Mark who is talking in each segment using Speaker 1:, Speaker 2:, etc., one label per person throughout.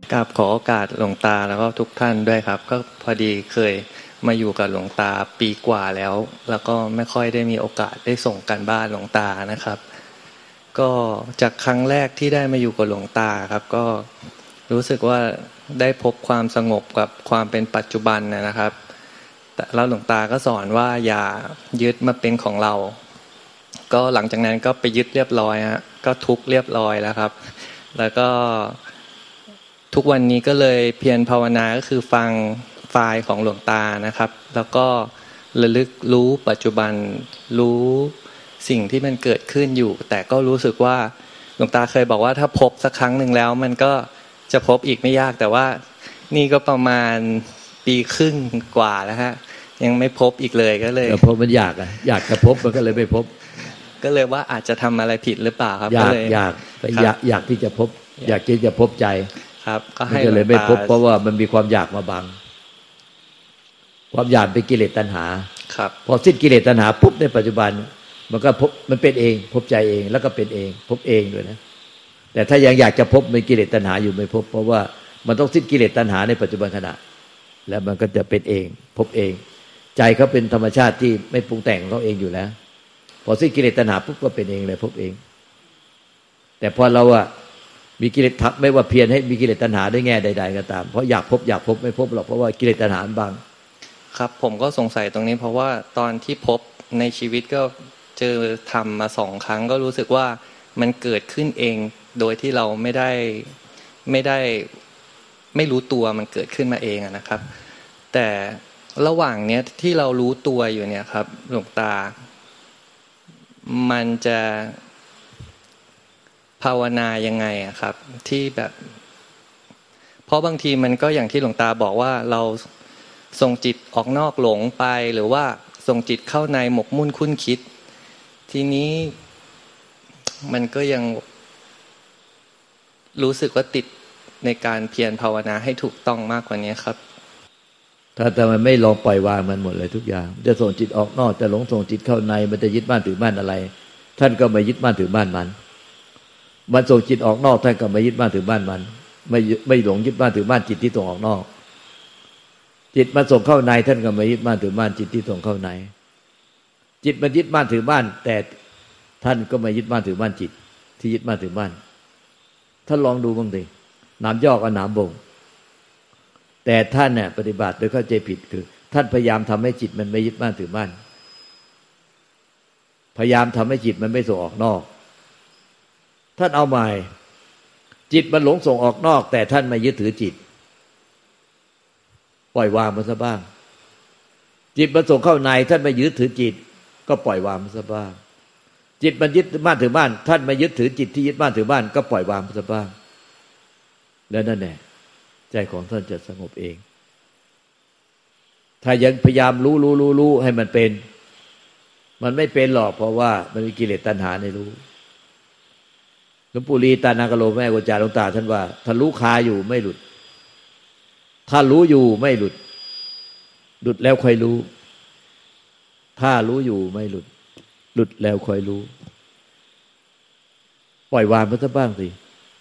Speaker 1: กราบขอโอกาสหลวงตาแล้วก็ทุกท่านด้วยครับก็พอดีเคยมาอยู่กับหลวงตาปีกว่าแล้วก็ไม่ค่อยได้มีโอกาสได้ส่งกันบ้านหลวงตานะครับก็จากครั้งแรกที่ได้มาอยู่กับหลวงตาครับก็รู้สึกว่าได้พบความสงบกับความเป็นปัจจุบันนะครับแต่แล้วหลวงตาก็สอนว่าอย่ายึดมาเป็นของเราก็หลังจากนั้นก็ไปยึดเรียบร้อยฮะก็ทุกข์เรียบร้อยแล้วครับแล้วก็ทุกวันนี้ก็เลยเพียรภาวนาก็คือฟังไฟล์ของหลวงตานะครับแล้วก็ระลึกรู้ปัจจุบันรู้สิ่งที่มันเกิดขึ้นอยู่แต่ก็รู้สึกว่าหลวงตาเคยบอกว่าถ้าพบสักครั้งหนึ่งแล้วมันก็จะพบอีกไม่ยากแต่ว่านี่ก็ประมาณปีครึ่งกว่าแล้วฮะยังไม่พบอีกเลยก็เลย
Speaker 2: พบมันอยากจะพบมันก็เลยไม่พบ
Speaker 1: ก็เลยว่าอาจจะทำอะไรผิดหรือเปล่าครับ
Speaker 2: อยากที่จะพบอยากที่จะพบใจ
Speaker 1: ครับก็ให้
Speaker 2: เลยไม่พบเพราะว่ามันมีความอยากมาบังความอยากเป็นกิเลสตัณหา
Speaker 1: ครับ
Speaker 2: พอสิ้นกิเลสตัณหาปุ๊บในปัจจุบันมันก็พบมันเป็นเองพบใจเองแล้วก็เป็นเองพบเองด้วยนะแต่ถ้ายังอยากจะพบมีกิเลสตัณหาอยู่ไม่พบเพราะว่ามันต้องสิ้นกิเลสตัณหาในปัจจุบันขณะแล้วมันก็จะเป็นเองพบเองใจเขาเป็นธรรมชาติที่ไม่ปรุงแต่งของเขาเองอยู่แล้วพอสิ้นกิเลสตัณหาปุ๊บก็เป็นเองเลยพบเองแต่พอเราอะมีกิเลสทับไม่ว่าเพียรให้มีกิเลสตัณหาได้แง่ใดๆก็ตามเพราะอยากพบไม่พบหรอกเพราะว่ากิเลสตัณหาบัง
Speaker 1: ครับผมก็สงสัยตรงนี้เพราะว่าตอนที่พบในชีวิตก็เจอทำมา2 ครั้งก็รู้สึกว่ามันเกิดขึ้นเองโดยที่เราไม่รู้ตัวมันเกิดขึ้นมาเองนะครับแต่ระหว่างเนี้ยที่เรารู้ตัวอยู่เนี่ยครับหลวงตามันจะภาวนายังไงครับที่แบบเพราะบางทีมันก็อย่างที่หลวงตาบอกว่าเราส่งจิตออกนอกหลงไปหรือว่าส่งจิตเข้าในหมกมุ่นคุ้นคิดทีนี้มันก็ยังรู้สึกว่าติดในการเพียรภาวนาให้ถูกต้องมากกว่านี้ครับ
Speaker 2: ถ้ามันไม่ลองปล่อยวางมันหมดเลยทุกอย่างจะส่งจิตออกนอกจะหลงส่งจิตเข้าในมันจะยึดบ้านถือบ้านอะไรท่านก็ไม่ยึดบ้านถือบ้านมันส่งจิตออกนอกท่านก็ไม่ยึดบ้านถือบ้านมันไม่หลงยึดบ้านถือบ้านจิตที่ส่งออกนอกจิตมันส่งเข้าในท่านก็ไม่ยึดบ้านถือบ้านจิตที่ส่งเข้าในจิตมันยึดบ้านถือบ้านแต่ท่านก็ไม่ยึดบ้านถือบ้านจิตที่ยึดบ้านถือบ้านท่านลองดูบ้างดิหนามยอกกับหนามบ่งแต่ท่านเนี่ยปฏิบัติโดยเข้าใจผิดคือท่านพยายามทำให้จิตมันไม่ยึดบ้านถือบ้านพยายามทำให้จิตมันไม่ส่งออกนอกท่านเอาใหม่จิตมันหลงส่งออกนอกแต่ท่านไม่ยึดถือจิตปล่อยวางมันซะบ้างจิตมันส่งเข้าในท่านไม่ยึดถือจิตก็ปล่อยวางมันซะบ้างจิตมันยึดบ้านถือบ้านท่านไม่ยึดถือจิตที่ยึดบ้านถือบ้านก็ปล่อยวางมันซะบ้างแล้วนั่นแหละใจของท่านจะสงบเองถ้ายังพยายามรู้ให้มันเป็นมันไม่เป็นหรอกเพราะว่ามันมีกิเลสตัณหาในรู้หลวงปู่ลีตานากโลแม่กุญจาหลวงตาท่านว่าถ้ารู้คาอยู่ไม่หลุดถ้ารู้อยู่ไม่หลุดหลุดแล้วค่อยรู้ถ้ารู้อยู่ไม่หลุดหลุดแล้วค่อยรู้ปล่อยวางมันซะบ้างสิ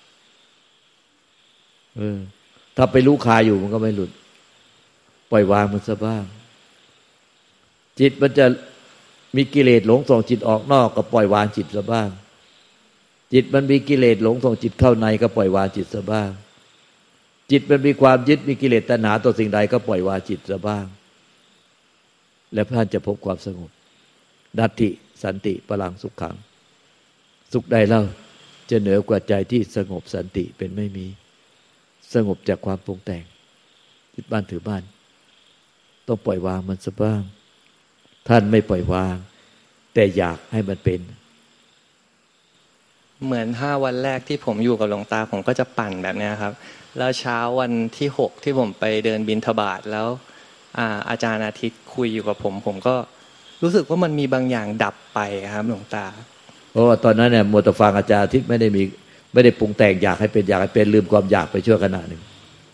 Speaker 2: ถ้าไปรู้คาอยู่มันก็ไม่หลุดปล่อยวางมันซะบ้างจิตมันจะมีกิเลสหลงส่งจิตออกนอกก็ปล่อยวางจิตซะบ้างจิตมันมีกิเลสหลงส่งจิตเข้าในก็ปล่อยวางจิตซะบ้างจิตมันมีความยึดมีกิเลสตัณหาต่อสิ่งใดก็ปล่อยวางจิตซะบ้างและท่านจะพบความสงบนัตติสันติพลังสุขขังสุขใดเล่าจะเหนือกว่าใจที่สงบสันติเป็นไม่มีสงบจากความปรุงแต่งยึดบ้านถือบ้านต้องปล่อยวางมันซะบ้างท่านไม่ปล่อยวางแต่อยากให้มันเป็น
Speaker 1: เหมือน5 วันแรกที่ผมอยู่กับหลวงตาผมก็จะปั่นแบบนี้ครับแล้วเช้าวันที่6ที่ผมไปเดินบิณฑบาตแล้วอาจารย์อาทิตย์คุยอยู่กับผมก็รู้สึกว่ามันมีบางอย่างดับไปครับหลวงตา
Speaker 2: เพราะว่าตอนนั้นเนี่ยมัวแต่ฟังอาจารย์อาทิตย์ไม่ได้ปรุงแต่งอยากให้เป็นลืมความอยากไปชั่วขณะหนึ่ง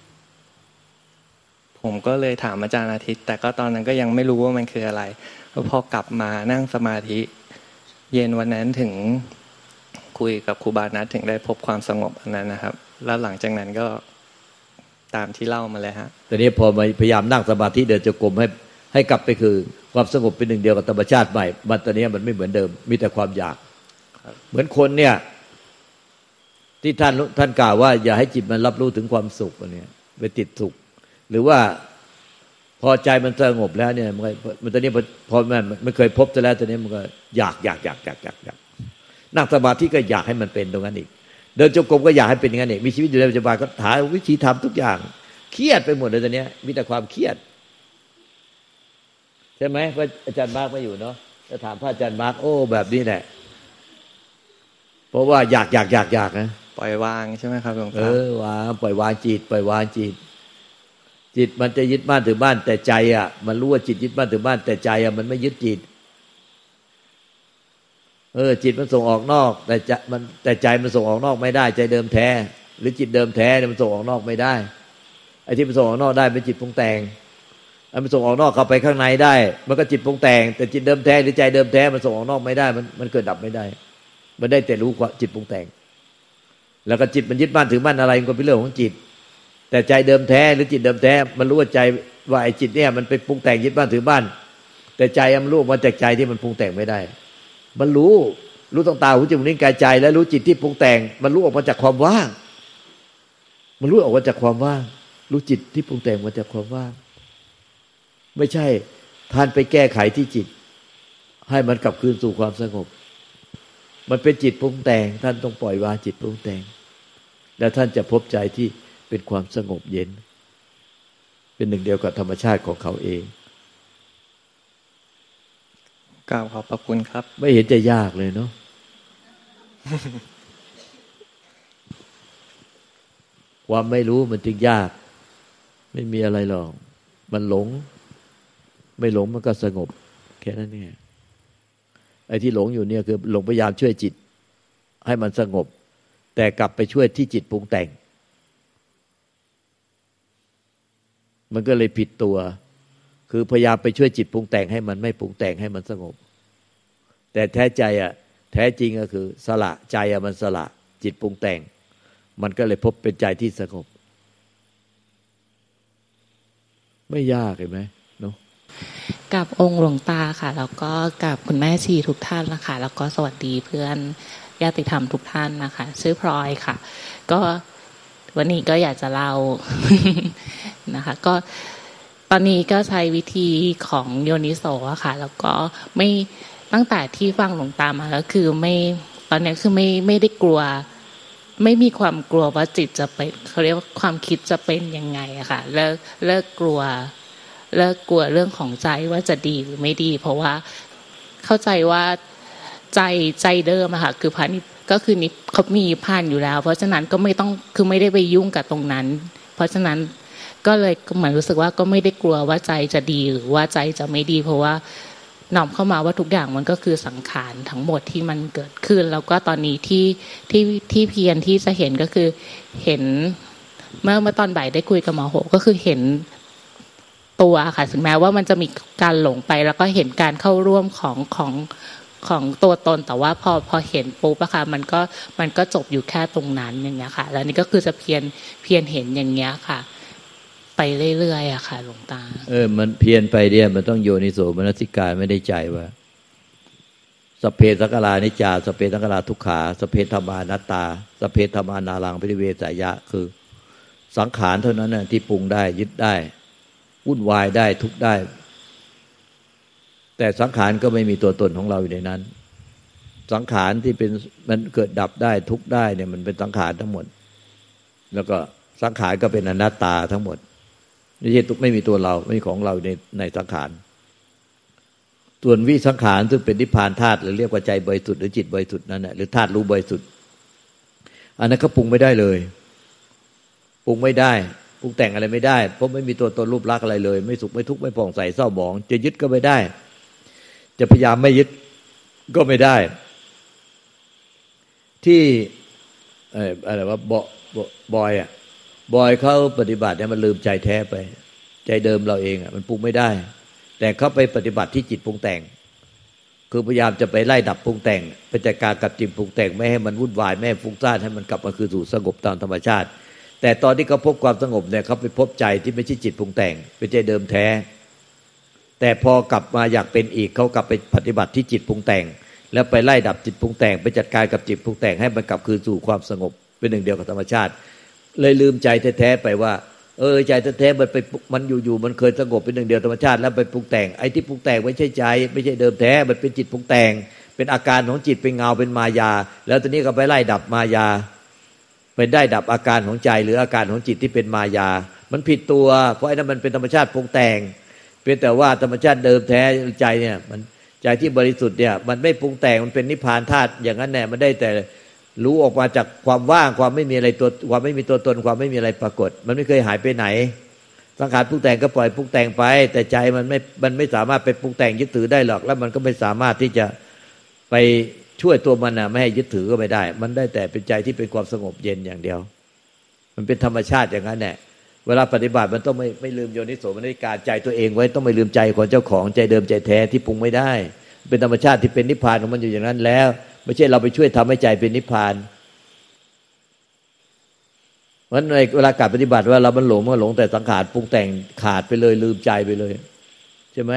Speaker 1: ผมก็เลยถามอาจารย์อาทิตย์แต่ก็ตอนนั้นก็ยังไม่รู้ว่ามันคืออะไรแล้วพอกลับมานั่งสมาธิเย็นวันนั้นถึงคุยกับครูบานัทถึงได้พบความสงบอันนั้นนะครับแล้วหลังจากนั้นก็ตามที่เล่ามาเลยฮะ
Speaker 2: แต่นี้พอมาพยายามนั่งสมาธิเดินจงกรมให้กลับไปคือความสงบเป็นหนึ่งเดียวกับธรรมชาติใหม่มันตอนนี้มันไม่เหมือนเดิมมีแต่ความอยากเหมือนคนเนี่ยที่ท่านกล่าวว่าอย่าให้จิตมันรับรู้ถึงความสุขอันนี้ไปติดสุขหรือว่าพอใจมันสงบแล้วเนี่ยมันตอนนี้พอมันเคยพบจะแล้วตอนนี้มันก็อยากนั่งสมาธิก็อยากให้มันเป็นตรงนั้นอีกเดินจงกรมก็อยากให้เป็นอย่างนั้นอีกมีชีวิตอยู่ในปัจจุบันก็หาวิธีทำทุกอย่างเครียดไปหมดเลยตอนนี้มีแต่ความเครียดใช่ไหมพระอาจารย์มาร์กไม่อยู่เนาะจะถามพระอาจารย์มาร์กโอ้แบบนี้แหละเพราะว่าอยากนะ
Speaker 1: ปล่อยวางใช่ไหมครับหลวงตาว
Speaker 2: างปล่อยวางจิตปล่อยวางจิตมันจะยึดมั่นถือมั่นแต่ใจอ่ะมันรู้ว่าจิตยึดมั่นถือมั่นแต่ใจอ่ะมันไม่ยึดจิตจิตมันส่งออกนอกแต่ใจมันส่งออกนอกไม่ได้ใจเดิมแท้หรือจิตเดิมแท้เนี่ยมันส่งออกนอกไม่ได้ไอ้ที่มันส่งออกนอกได้เป็นจิตปรุงแต่งไอ้มันส่งออกนอกเข้าไปข้างในได้มันก็จิตปรุงแต่งแต่จิตเดิมแท้หรือใจเดิมแท้มันส่งออกนอกไม่ได้มันเกิดดับไม่ได้มันได้แต่รู้ว่าจิตปรุงแต่งแล้วก็จิตมันยึดมั่นถือมั่นอะไรมันก็เป็นเรื่องของจิตแต่ใจเดิมแท้หรือจิตเดิมแท้มันรู้ว่าใจว่าไอ้จิตเนี่ยมันไปปรุงแต่งยึดมั่นถือมั่นแต่ใจมันรู้มาจากใจที่มันปรุงแต่งไม่ได้มันรู้ต้องตาหูจมูกลิ้นกายใจแล้วรู้จิตที่ปรุงแต่งมันรู้ออกมาจากความว่างมันรู้ออกมาจากความว่างรู้จิตที่ปรุงแต่งมาจากความว่างไม่ใช่ท่านไปแก้ไขที่จิตให้มันกลับคืนสู่ความสงบมันเป็นจิตปรุงแต่งท่านต้องปล่อยวางจิตปรุงแต่งแล้วท่านจะพบใจที่เป็นความสงบเย็นเป็นหนึ่งเดียวกับธรรมชาติของเขาเอง
Speaker 1: กราบขอบพระคุณครับ
Speaker 2: ไม่เห็นจะยากเลยเนาะ ความไม่รู้มันจึงยากไม่มีอะไรหรอกมันหลงไม่หลงมันก็สงบแค่นั้นเองไอ้ที่หลงอยู่เนี่ยคือหลงพยายามช่วยจิตให้มันสงบแต่กลับไปช่วยที่จิตปรุงแต่งมันก็เลยผิดตัวคือพยายามไปช่วยจิตปรุงแต่งให้มันไม่ปรุงแต่งให้มันสงบแต่แท้ใจอ่ะแท้จริงก็คือสละใจอ่ะมันสละจิตปรุงแต่งมันก็เลยพบเป็นใจที่สงบไม่ยากเห็นไหมเนาะ
Speaker 3: กับองค์หลวงตาค่ะแล้วก็กับคุณแม่ชีทุกท่านนะคะแล้วก็สวัสดีเพื่อนญาติธรรมทุกท่านนะคะชื่อพลอยค่ะก็วันนี้ก็อยากจะเล่า นะคะก็ตอนนี้ก็ใช้วิธีของโยนิโสอะค่ะแล้วก็ไม่ตั้งแต่ที่ฟังหลวงตามาแล้วคือไม่ตอนนี้คือไม่ได้กลัวไม่มีความกลัวว่าจิตจะเป็นเขาเรียกว่าความคิดจะเป็นยังไงอะค่ะเลิกกลัวเรื่องของใจว่าจะดีหรือไม่ดีเพราะว่าเข้าใจว่าใจเดิมอะค่ะคือพระนิพก็คือนิพเขามีผ่านอยู่แล้วเพราะฉะนั้นก็ไม่ต้องคือไม่ได้ไปยุ่งกับตรงนั้นเพราะฉะนั้นก็เลยเหมือนรู้สึกว่าก็ไม่ได้กลัวว่าใจจะดีหรือว่าใจจะไม่ดีเพราะว่าน้อมเข้ามาว่าทุกอย่างมันก็คือสังขารทั้งหมดที่มันเกิดขึ้นแล้วก็ตอนนี้ที่เพียรที่จะเห็นก็คือเห็นเมื่อตอนบ่ายได้คุยกับหมอโหก็คือเห็นตัวค่ะถึงแม้ว่ามันจะมีการหลงไปแล้วก็เห็นการเข้าร่วมของตัวตนแต่ว่าพอเห็นปุ๊บอะค่ะมันก็จบอยู่แค่ตรงนั้นอย่างเงี้ยค่ะแล้วนี่ก็คือจะเพียรเห็นอย่างเงี้ยค่ะไปเรื่อยๆอะค่ะหลวงตา
Speaker 2: มันเพียรไปเนี่ยมันต้องโยนิโสมนสิการไม่ได้ใจว่าสัพเพสังขารานิจจาสัพเพสังขาราทุกขาสัพเพธรรมานัตตาสัพเพธรรมานารังปริเวสายะคือสังขารเท่านั้นน่ะที่ปรุงได้ยึดได้วุ่นวายได้ทุกได้แต่สังขารก็ไม่มีตัวตนของเราอยู่ในนั้นสังขารที่เป็นมันเกิดดับได้ทุกได้เนี่ยมันเป็นสังขารทั้งหมดแล้วก็สังขารก็เป็นอนัตตาทั้งหมดไม่ใช่ไม่มีตัวเราไม่มีของเราในสังขารส่วนวิสังขารซึ่งเป็นนิพพานธาตุหรือเรียกว่าใจบริสุทธิ์หรือจิตบริสุทธิ์นั่นแหละหรือธาตุรู้บริสุทธิ์อันนั้นก็ปรุงไม่ได้เลยปรุงไม่ได้ปรุงแต่งอะไรไม่ได้เพราะไม่มีตัวตนรูปลักษณ์อะไรเลยไม่สุขไม่ทุกข์ไม่ผ่องใสเศร้าหมองจะยึดก็ไม่ได้จะพยายามไม่ยึดก็ไม่ได้ที่อะไรว่าบอยเขาปฏิบัติเนี่ยมันลืมใจแท้ไปใจเดิมเราเองอ่ะมันปรุงไม่ได้แต่เขาไปปฏิบัติที่จิตปรุงแต่งคือพยายามจะไปไล่ดับปรุงแต่งไปจัดการกับจิตปรุงแต่งไม่ให้มันวุ่นวายไม่ให้ฟุ้งซ่านให้มันกลับมาคืนสู่สงบตามธรรมชาติแต่ตอนที่เขาพบความสงบเนี่ยเขาไปพบใจที่ไม่ใช่จิตปรุงแต่งเป็นใจเดิมแท้แต่พอกลับมาอยากเป็นอีกเขากลับไปปฏิบัติที่จิตปรุงแต่งแล้วไปไล่ดับจิตปรุงแต่งไปจัดการกับจิตปรุงแต่งให้มันกลับคืนสู่ความสงบเป็นหนึ่งเดียวกับธรรมชาติเลยลืมใจแท้ๆไปว่าใจแท้ๆมันอยู่ๆมันเคยสงบเป็นหนึ่งเดียวธรรมชาติแล้วไปปรุงแต่งไอ้ที่ปรุงแต่งไม่ใช่ใจไม่ใช่เดิมแท้มันเป็นจิตปรุงแต่งเป็นอาการของจิตเป็นเงาเป็นมายาแล้วตอนนี้ก็ไปไล่ดับมายาไปได้ดับอาการของใจหรืออาการของจิตที่เป็นมายามันผิดตัวเพราะไอ้นั้นมันเป็นธรรมชาติปรุงแต่งเพียงแต่ว่าธรรมชาติเดิมแท้ใจเนี่ยมันใจที่บริสุทธิ์เนี่ยมันไม่ปรุงแต่งมันเป็นนิพพานธาตุอย่างนั้นแน่มันได้แต่รู้ออกมาจากความว่างความไม่มีอะไรตัวความไม่มีตัวตนความไม่มีอะไรปรากฏมันไม่เคยหายไปไหนสังขารปรุงแต่งก็ปล่อยปรุงแต่งไปแต่ใจมันไม่สามารถไปปรุงแต่งยึดถือได้หรอกแล้วมันก็ไม่สามารถที่จะไปช่วยตัวมันนะไม่ให้ยึดถือก็ไม่ได้มันได้แต่เป็นใจที่เป็นความสงบเย็นอย่างเดียวมันเป็นธรรมชาติอย่างนั้นแหละเวลาปฏิบัติมันต้องไม่ลืมโยนิโสมนสิการใจตัวเองไว้ต้องไม่ลืมใจของเจ้าของใจเดิมใจแท้ที่ปรุงไม่ได้เป็นธรรมชาติที่เป็นนิพพานของมันอยู่อย่างนั้นแล้วไม่ใช่เราไปช่วยทำให้ใจเป็นนิพพานเพราะในเวลาการปฏิบัติว่าเรามันหลงก็หลงแต่สังขารปรุงแต่งขาดไปเลยลืมใจไปเลยใช่ไหม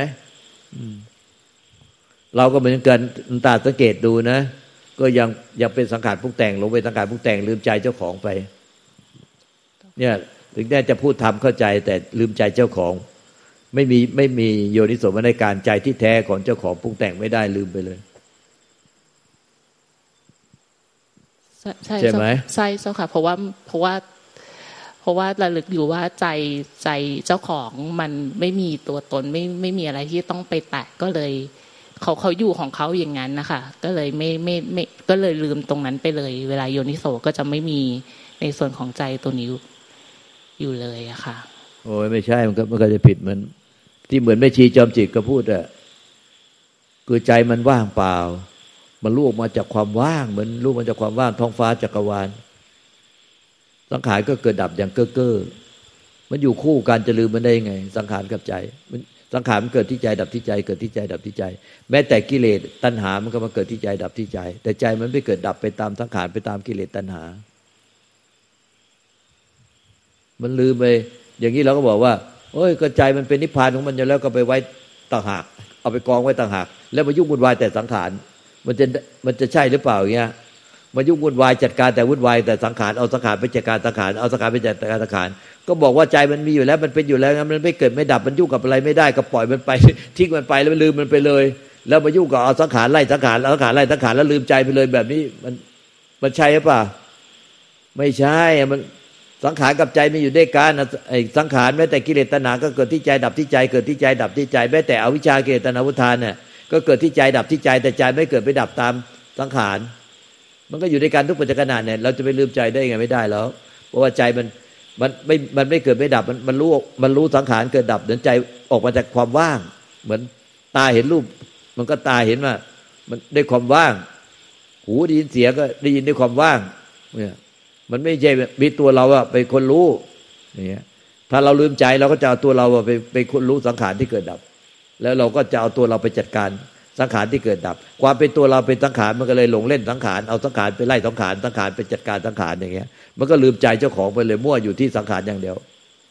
Speaker 2: เราก็เหมือนกันตาสังเกตดูนะก็ยังเป็นสังขารปรุงแต่งหลงไปสังขารปรุงแต่งลืมใจเจ้าของไปเนี่ยถึงได้จะพูดทำเข้าใจแต่ลืมใจเจ้าของไม่มีโยนิโสมนสิการใจที่แท้ของเจ้าของปรุงแต่งไม่ได้ลืมไปเลยใช่ไหม
Speaker 3: ใช่เจ้าค่ะเพราะว่าระลึกอยู่ว่าใจเจ้าของมันไม่มีตัวตนไม่มีอะไรที่ต้องไปแตะก็เลยเขาอยู่ของเขาอย่างนั้นนะคะก็เลยไม่ก็เลยลืมตรงนั้นไปเลยเวลาโยนิโสก็จะไม่มีในส่วนของใจตัวนี้อยู่เลยอะค่ะ
Speaker 2: โอ้ยไม่ใช่มันก็จะผิดมันที่เหมือนแม่ชีจอมจิตก็พูดอะคือใจมันว่างเปล่ามันรู้ออกมาจากความว่างเหมือนรู้มาจากความว่างท้องฟ้าจักรวาลสังขารก็เกิดดับอย่างเก้อมันอยู่คู่กันจะลืมมันได้ยังไงสังขารกับใจสังขารมันเกิดที่ใจดับที่ใจเกิดที่ใจดับที่ใจแม้แต่กิเลสตัณหามันก็มาเกิดที่ใจดับที่ใจแต่ใจมันไม่เกิดดับไปตามสังขารไปตามกิเลสตัณหามันลืมไปอย่างนี้เราก็บอกว่าโอ้ยก็ใจมันเป็นนิพพานของมันอยู่แล้วก็ไปไว้ต่างหากเอาไปกองไว้ต่างหากแล้วมายุ่งวุ่นวายแต่สังขารมันจะใช่หรือเปล่าอย่างเงี้ยมายุ่งวุ่นวายจัดการแต่วุ่นวายแต่สังขารเอาสังขารไปจัดการสังขารเอาสังขารไปจัดการสังขารก็บอกว่าใจมันมีอยู่แล้วมันเป็นอยู่แล้วมันไม่เกิดไม่ดับมันยุ่งกับอะไรไม่ได้ก็ปล่อยมันไปทิ้งมันไปแล้วลืมมันไปเลยแล้วมายุ่งกับเอาสังขารไล่สังขารเอาสังขารไล่สังขารแล้วลืมใจไปเลยแบบนี้มันใช่หรือเปล่าไม่ใช่มันสังขารกับใจไม่อยู่ด้วยกันไอ้สังขารแม้แต่กิเลสตัณหาก็เกิดที่ใจดับที่ใจเกิดที่ใจดับที่ใจแม้แต่อวิชชากิเลสตัณหาอุทานเนี่ยก็เกิดที่ใจดับที่ใจแต่ใจไม่เกิดไปดับตามสังขารมันก็อยู่ด้วยกันทุกปัจจุบันเนี่ยเราจะไปลืมใจได้ไงไม่ได้แล้วเพราะว่าใจมันไม่เกิดไม่ดับมันรู้สังขารเกิดดับเดินใจออกมาจากความว่างเหมือนตาเห็นรูปมันก็ตาเห็นว่ามันได้ความว่างหูได้ยินเสียงก็ได้ยินด้วยความว่างเนี่ยมันไม่ใช่มีตัวเราอะเป็นคนรู้เนี่ยถ้าเราลืมใจเราก็จะเอาตัวเราไปคนรู้สังขารที่เกิดดับแล้วเราก็จะเอาตัวเราไปจัดการสังขารที่เกิดดับความเป็นตัวเราเป็นสังขารมันก็เลยหลงเล่นสังขารเอาสังขารไปไล่สังขารสังขารไปจัดการสังขารอย่างเงี้ยมันก็ลืมใจเจ้าของไปเลยมั่วอยู่ที่สังขารอย่างเดียว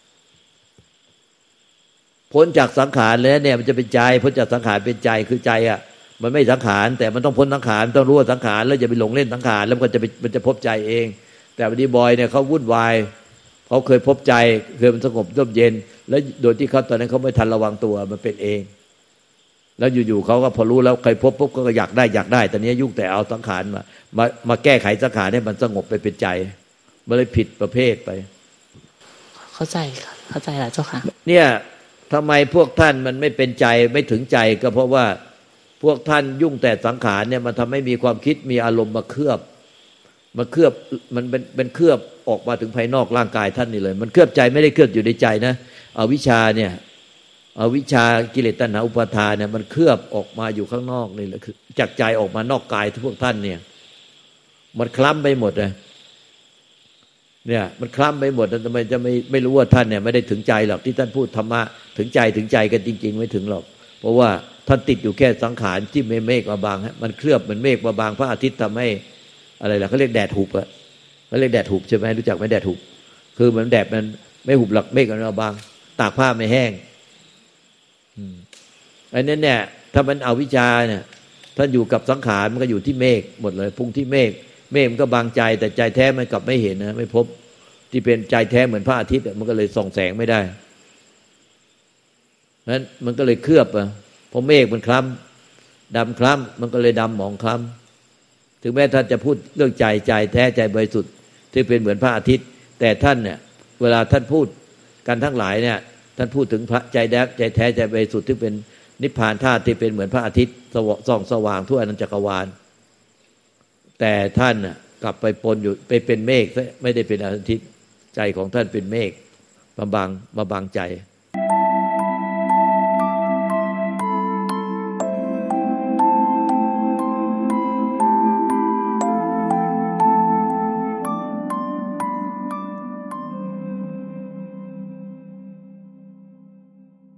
Speaker 2: พ้นจากสังขารแล้วเนี่ยมันจะเป็นใจพ้นจากสังขารเป็นใจคือใจอะมันไม่สังขารแต่มันต้องพ้นสังขารต้องรู้ว่าสังขารแล้วอย่าไปหลงเล่นสังขารแล้วมันจะพบใจเองแต่วันนี้บอยเนี่ยเขาวุ่นวายเขาเคยพบใจเคยมันสงบร่มเย็นแล้วโดยที่เขาตอนนั้นเขาไม่ทันระวังตัวมันเป็นเองแล้วอยู่ๆเขาก็พอรู้แล้วใครพบปุ๊บก็อยากได้ตอนนี้ยุ่งแต่เอาสังขารมาแก้ไขสังขารให้มันสงบไปเป็นใจมันเลยผิดประเภทไป
Speaker 3: เข้าใจแล้วเจ้าค่ะ
Speaker 2: เนี่ยทำไมพวกท่านมันไม่เป็นใจไม่ถึงใจก็เพราะว่าพวกท่านยุ่งแต่สังขารเนี่ยมันทำให้มีความคิดมีอารมณ์มาเคลือบมันเป็นเคลือบออกมาถึงภายนอกร่างกายท่านนี่เลยมันเคลือบใจไม่ได้เคลือบอยู่ในใจนะอวิชชาเนี่ยอวิชชากิเลสตัณหาอุปาทานเนี่ยมันเคลือบออกมาอยู่ข้างนอกนี่แหละคือจากใจออกมานอกกายทุกพวกท่านเนี่ยมันคล้ำไปหมดเลยเนี่ยมันคล้ำไปหมดทำไมจะไม่รู้ว่าท่านเนี่ยไม่ได้ถึงใจหรอกที่ท่านพูดธรรมะถึงใจกันจริงๆไม่ถึงหรอกเพราะว่าท่านติดอยู่แค่สังขารที่เมฆมาบางมันเคลือบเหมือนเมฆมาบางพระอาทิตย์ทำให้อะไรล่ะเขาเรียกแดดหุบอะเขาเรียกแดดหุบใช่ไหมรู้จักไหมแดดหุบคือเหมือนแดดมันไม่หุบหลักเมฆมันบางตากผ้าไม่แห้งอันนั้นเนี่ยถ้ามันเอาวิชาเนี่ยท่านอยู่กับสังขารมันก็อยู่ที่เมฆหมดเลยพุ่งที่เมฆมันก็บางใจแต่ใจแท้มันกลับไม่เห็นนะไม่พบที่เป็นใจแท้เหมือนพระอาทิตย์มันก็เลยส่องแสงไม่ได้นั้นมันก็เลยเคลือบเพราะเมฆมันคล้ำดำคล้ำมันก็เลยดำหมองคล้ำถึงแม้ท่านจะพูดเรื่องใจแท้ใจบริสุทธิ์ที่เป็นเหมือนพระอาทิตย์แต่ท่านเนี่ยเวลาท่านพูดกันทั้งหลายเนี่ยท่านพูดถึงพระใจแท้ใจบริสุทธิ์ที่เป็นนิพพานธาตุที่เป็นเหมือนพระอาทิตย์ส่องสว่างทั่วอนันตจักรวาลแต่ท่านน่ะกลับไปปนอยู่ไปเป็นเมฆไม่ได้เป็นอาทิตย์ใจของท่านเป็นเมฆมาบังใจ